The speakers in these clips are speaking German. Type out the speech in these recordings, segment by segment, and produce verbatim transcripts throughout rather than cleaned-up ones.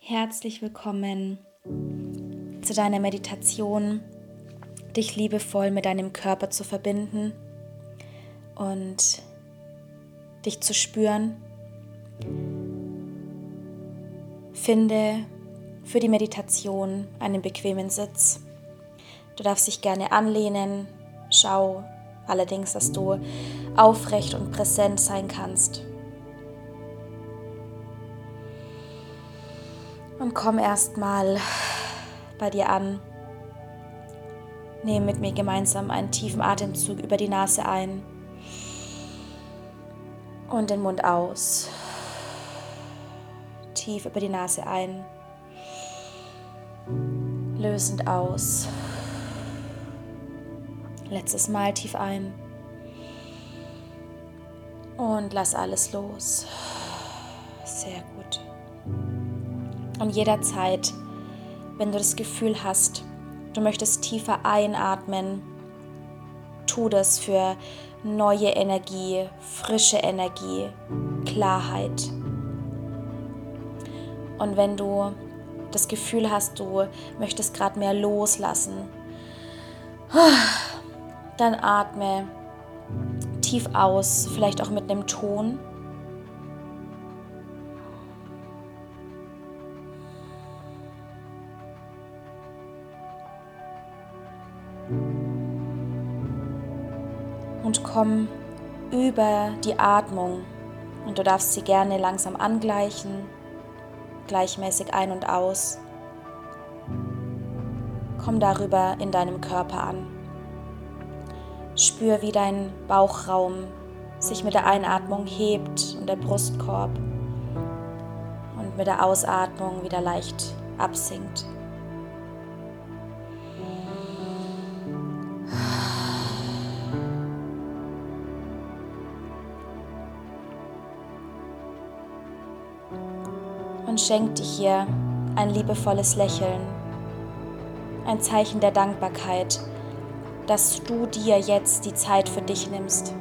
Herzlich willkommen zu deiner Meditation, dich liebevoll mit deinem Körper zu verbinden und dich zu spüren. Finde für die Meditation einen bequemen Sitz. Du darfst dich gerne anlehnen. Schau allerdings, dass du aufrecht und präsent sein kannst. Und komm erstmal bei dir an. Nimm mit mir gemeinsam einen tiefen Atemzug über die Nase ein und den Mund aus. Tief über die Nase ein, lösend aus. Letztes Mal tief ein und lass alles los. Sehr gut. Und jederzeit, wenn du das Gefühl hast, du möchtest tiefer einatmen, tu das für neue Energie, frische Energie, Klarheit. Und wenn du das Gefühl hast, du möchtest gerade mehr loslassen, dann atme tief aus, vielleicht auch mit einem Ton. Und komm über die Atmung und du darfst sie gerne langsam angleichen, gleichmäßig ein und aus. Komm darüber in deinem Körper an. Spür, wie dein Bauchraum sich mit der Einatmung hebt und der Brustkorb und mit der Ausatmung wieder leicht absinkt. Und schenk dir hier ein liebevolles Lächeln, ein Zeichen der Dankbarkeit, dass du dir jetzt die Zeit für dich nimmst.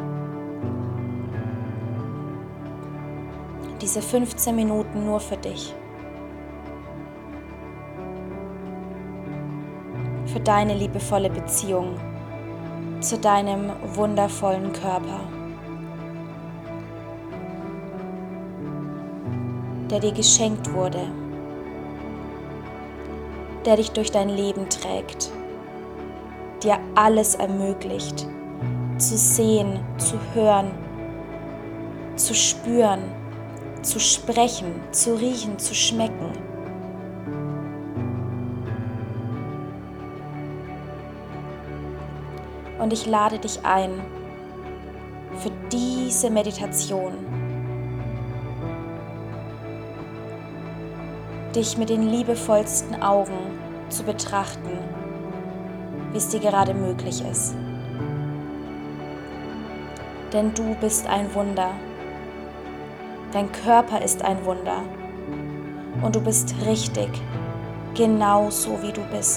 Diese fünfzehn Minuten nur für dich. Für deine liebevolle Beziehung zu deinem wundervollen Körper, der dir geschenkt wurde, der dich durch dein Leben trägt, dir alles ermöglicht, zu sehen, zu hören, zu spüren, zu sprechen, zu riechen, zu schmecken. Und ich lade dich ein für diese Meditation, dich mit den liebevollsten Augen zu betrachten, wie es dir gerade möglich ist. Denn du bist ein Wunder. Dein Körper ist ein Wunder. Und du bist richtig, genau so wie du bist.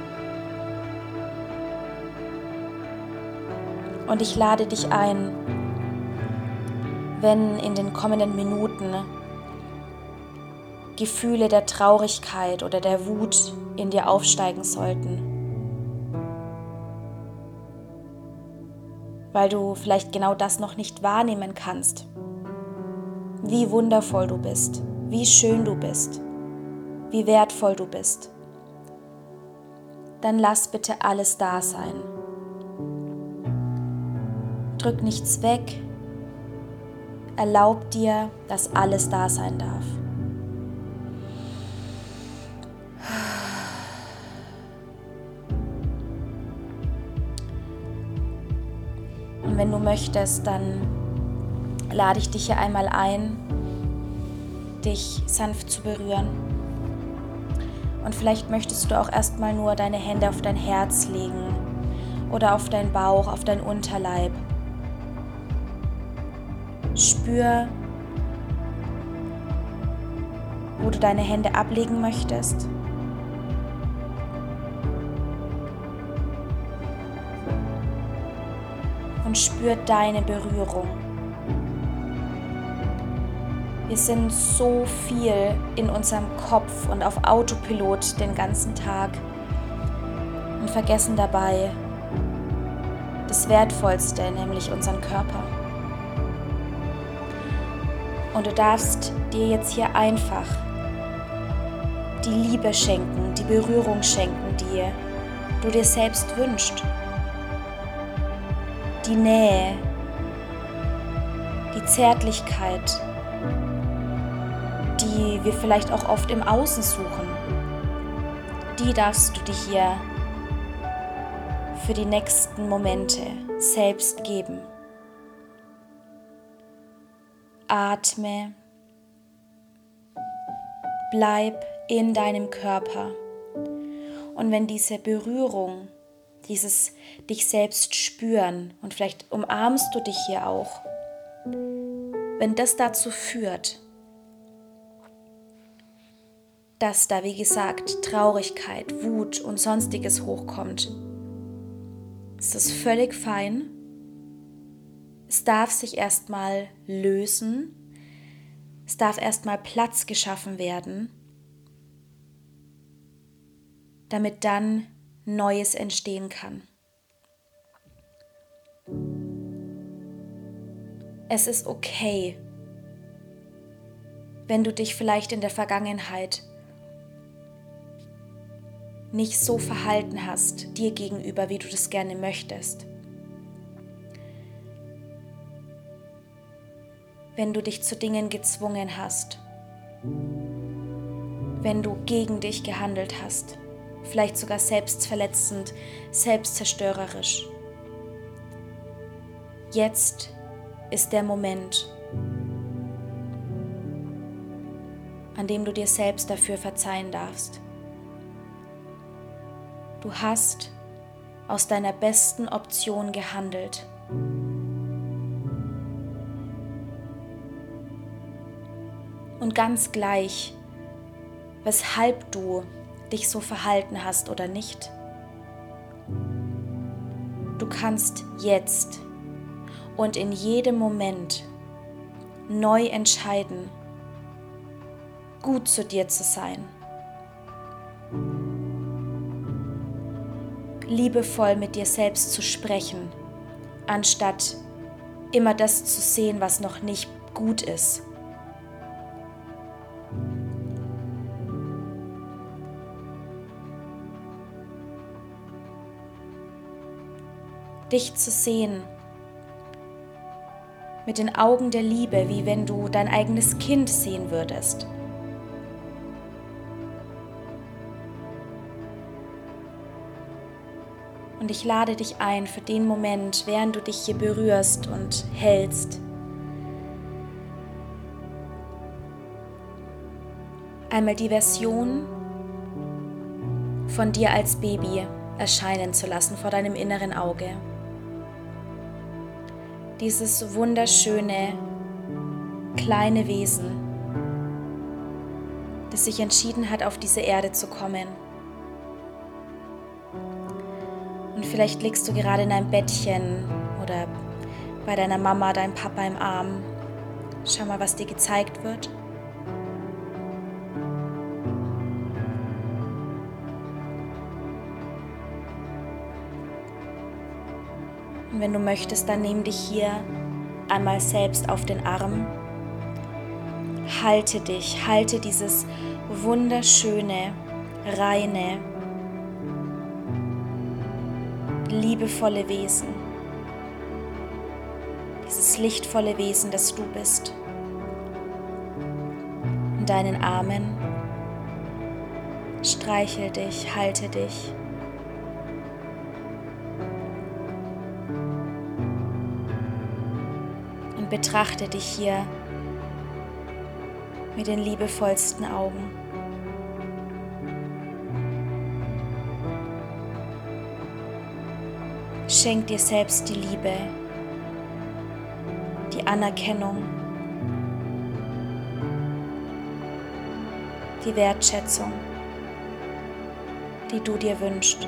Und ich lade dich ein, wenn in den kommenden Minuten Gefühle der Traurigkeit oder der Wut in dir aufsteigen sollten, weil du vielleicht genau das noch nicht wahrnehmen kannst, wie wundervoll du bist, wie schön du bist, wie wertvoll du bist, dann lass bitte alles da sein. Drück nichts weg, erlaub dir, dass alles da sein darf. Und wenn du möchtest, dann lade ich dich hier einmal ein, dich sanft zu berühren. Und vielleicht möchtest du auch erstmal nur deine Hände auf dein Herz legen oder auf deinen Bauch, auf deinen Unterleib. Spür, wo du deine Hände ablegen möchtest. Und spür deine Berührung. Wir sind so viel in unserem Kopf und auf Autopilot den ganzen Tag und vergessen dabei das Wertvollste, nämlich unseren Körper. Und du darfst dir jetzt hier einfach die Liebe schenken, die Berührung schenken, die du dir selbst wünschst. Die Nähe, die Zärtlichkeit, die wir vielleicht auch oft im Außen suchen, die darfst du dir hier für die nächsten Momente selbst geben. Atme, bleib in deinem Körper. Und wenn diese Berührung, dieses dich selbst spüren, und vielleicht umarmst du dich hier auch, wenn das dazu führt, dass da, wie gesagt, Traurigkeit, Wut und Sonstiges hochkommt, ist das völlig fein. Es darf sich erstmal lösen. Es darf erstmal Platz geschaffen werden, damit dann Neues entstehen kann. Es ist okay, wenn du dich vielleicht in der Vergangenheit nicht so verhalten hast dir gegenüber, wie du das gerne möchtest. Wenn du dich zu Dingen gezwungen hast, wenn du gegen dich gehandelt hast, vielleicht sogar selbstverletzend, selbstzerstörerisch. Jetzt ist der Moment, an dem du dir selbst dafür verzeihen darfst. Du hast aus deiner besten Option gehandelt. Und ganz gleich, weshalb du dich so verhalten hast oder nicht, du kannst jetzt und in jedem Moment neu entscheiden, gut zu dir zu sein. Liebevoll mit dir selbst zu sprechen, anstatt immer das zu sehen, was noch nicht gut ist. Dich zu sehen mit den Augen der Liebe, wie wenn du dein eigenes Kind sehen würdest. Und ich lade dich ein für den Moment, während du dich hier berührst und hältst, einmal die Version von dir als Baby erscheinen zu lassen vor deinem inneren Auge. Dieses wunderschöne, kleine Wesen, das sich entschieden hat, auf diese Erde zu kommen. Und vielleicht liegst du gerade in einem Bettchen oder bei deiner Mama, deinem Papa im Arm. Schau mal, was dir gezeigt wird. Und wenn du möchtest, dann nimm dich hier einmal selbst auf den Arm. Halte dich, halte dieses wunderschöne, reine, liebevolle Wesen. Dieses lichtvolle Wesen, das du bist. In deinen Armen. Streichel dich, halte dich. Und betrachte dich hier mit den liebevollsten Augen. Schenk dir selbst die Liebe, die Anerkennung, die Wertschätzung, die du dir wünschst.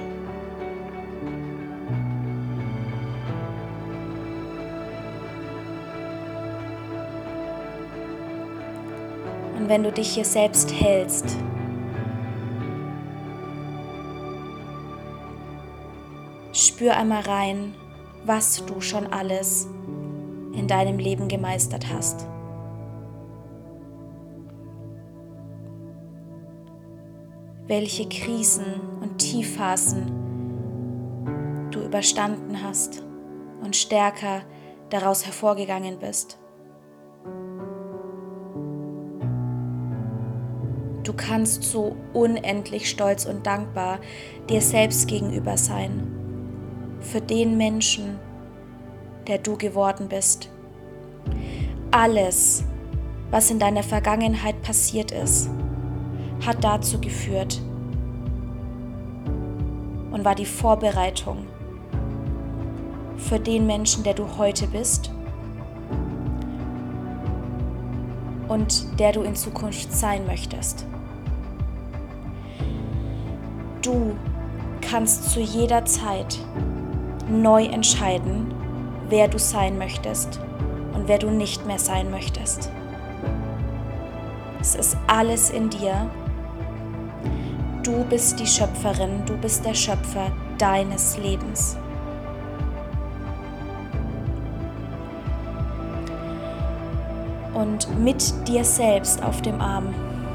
Und wenn du dich hier selbst hältst, spür einmal rein, was du schon alles in deinem Leben gemeistert hast. Welche Krisen und Tiefphasen du überstanden hast und stärker daraus hervorgegangen bist. Du kannst so unendlich stolz und dankbar dir selbst gegenüber sein, für den Menschen, der du geworden bist. Alles, was in deiner Vergangenheit passiert ist, hat dazu geführt und war die Vorbereitung für den Menschen, der du heute bist und der du in Zukunft sein möchtest. Du kannst zu jeder Zeit neu entscheiden, wer du sein möchtest und wer du nicht mehr sein möchtest. Es ist alles in dir. Du bist die Schöpferin, du bist der Schöpfer deines Lebens. Und mit dir selbst auf dem Arm.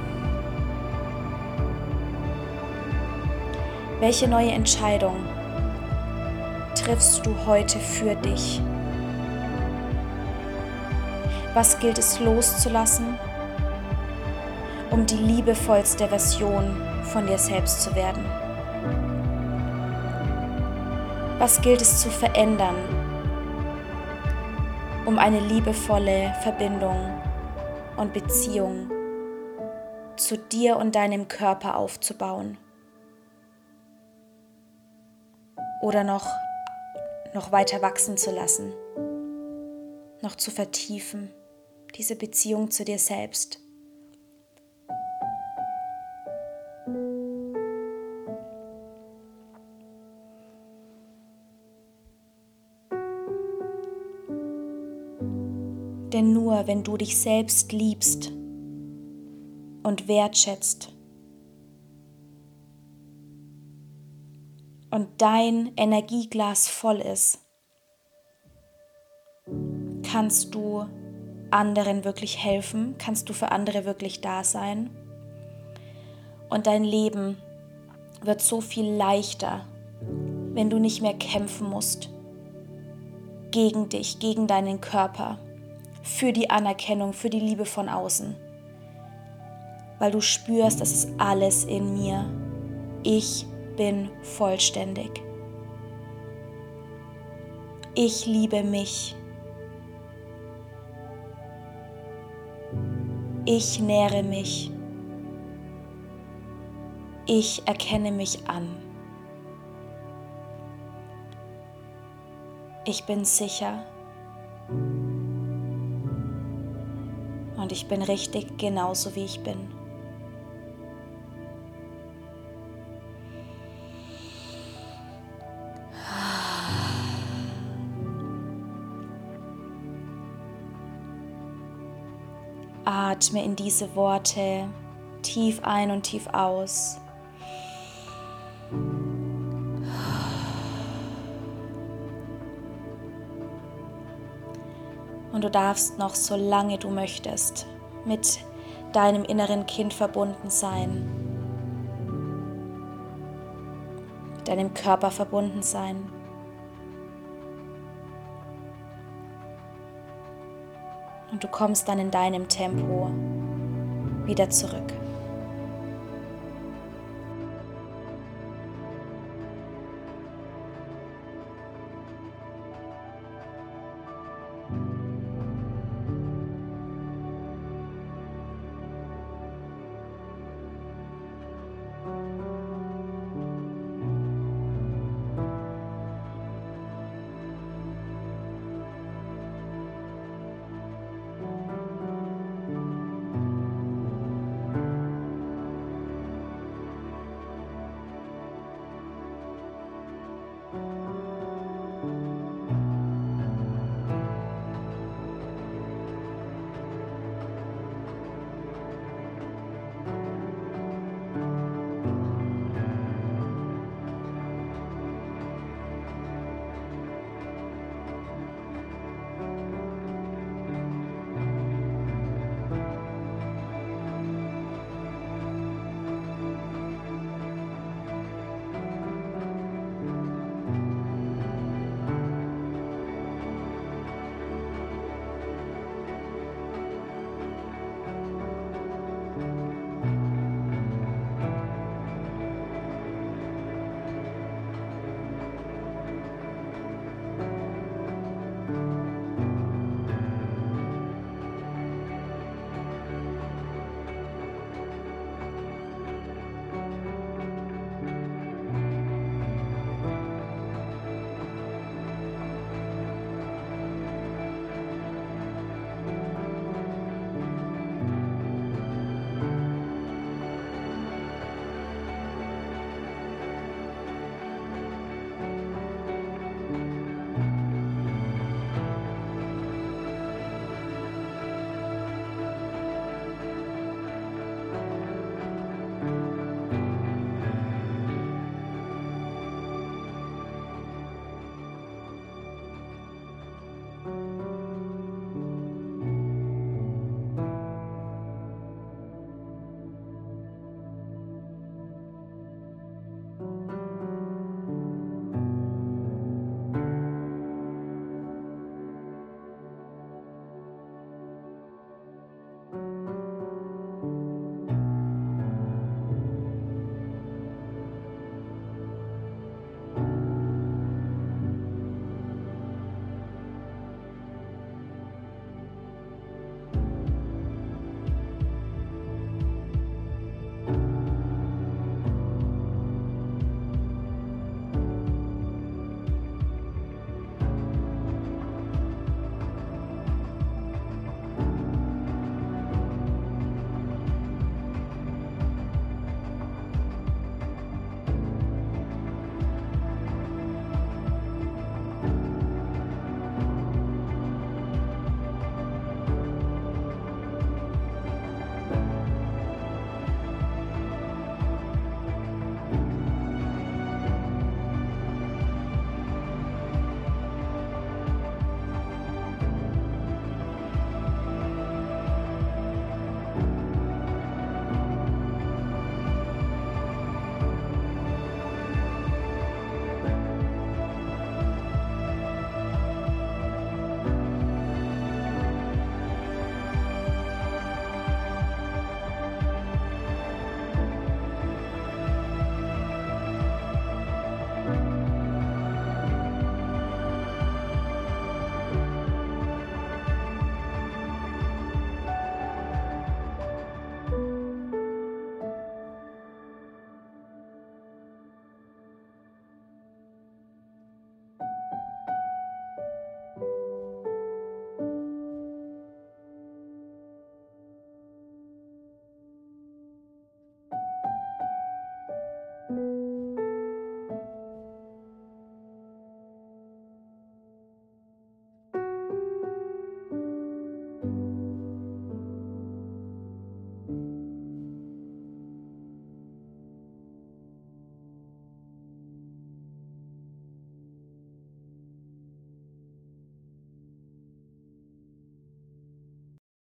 Welche neue Entscheidung triffst du heute für dich? Was gilt es loszulassen, um die liebevollste Version von dir selbst zu werden? Was gilt es zu verändern, um eine liebevolle Verbindung und Beziehung zu dir und deinem Körper aufzubauen? Oder noch, noch weiter wachsen zu lassen, noch zu vertiefen, diese Beziehung zu dir selbst? Denn nur wenn du dich selbst liebst und wertschätzt und dein Energieglas voll ist, kannst du anderen wirklich helfen, kannst du für andere wirklich da sein. Und dein Leben wird so viel leichter, wenn du nicht mehr kämpfen musst gegen dich, gegen deinen Körper, für die Anerkennung, für die Liebe von außen. Weil du spürst, das ist alles in mir. Ich bin vollständig. Ich liebe mich. Ich nähre mich. Ich erkenne mich an. Ich bin sicher. Und ich bin richtig genauso, wie ich bin. Atme in diese Worte tief ein und tief aus. Und du darfst noch, solange du möchtest, mit deinem inneren Kind verbunden sein, mit deinem Körper verbunden sein. Und du kommst dann in deinem Tempo wieder zurück.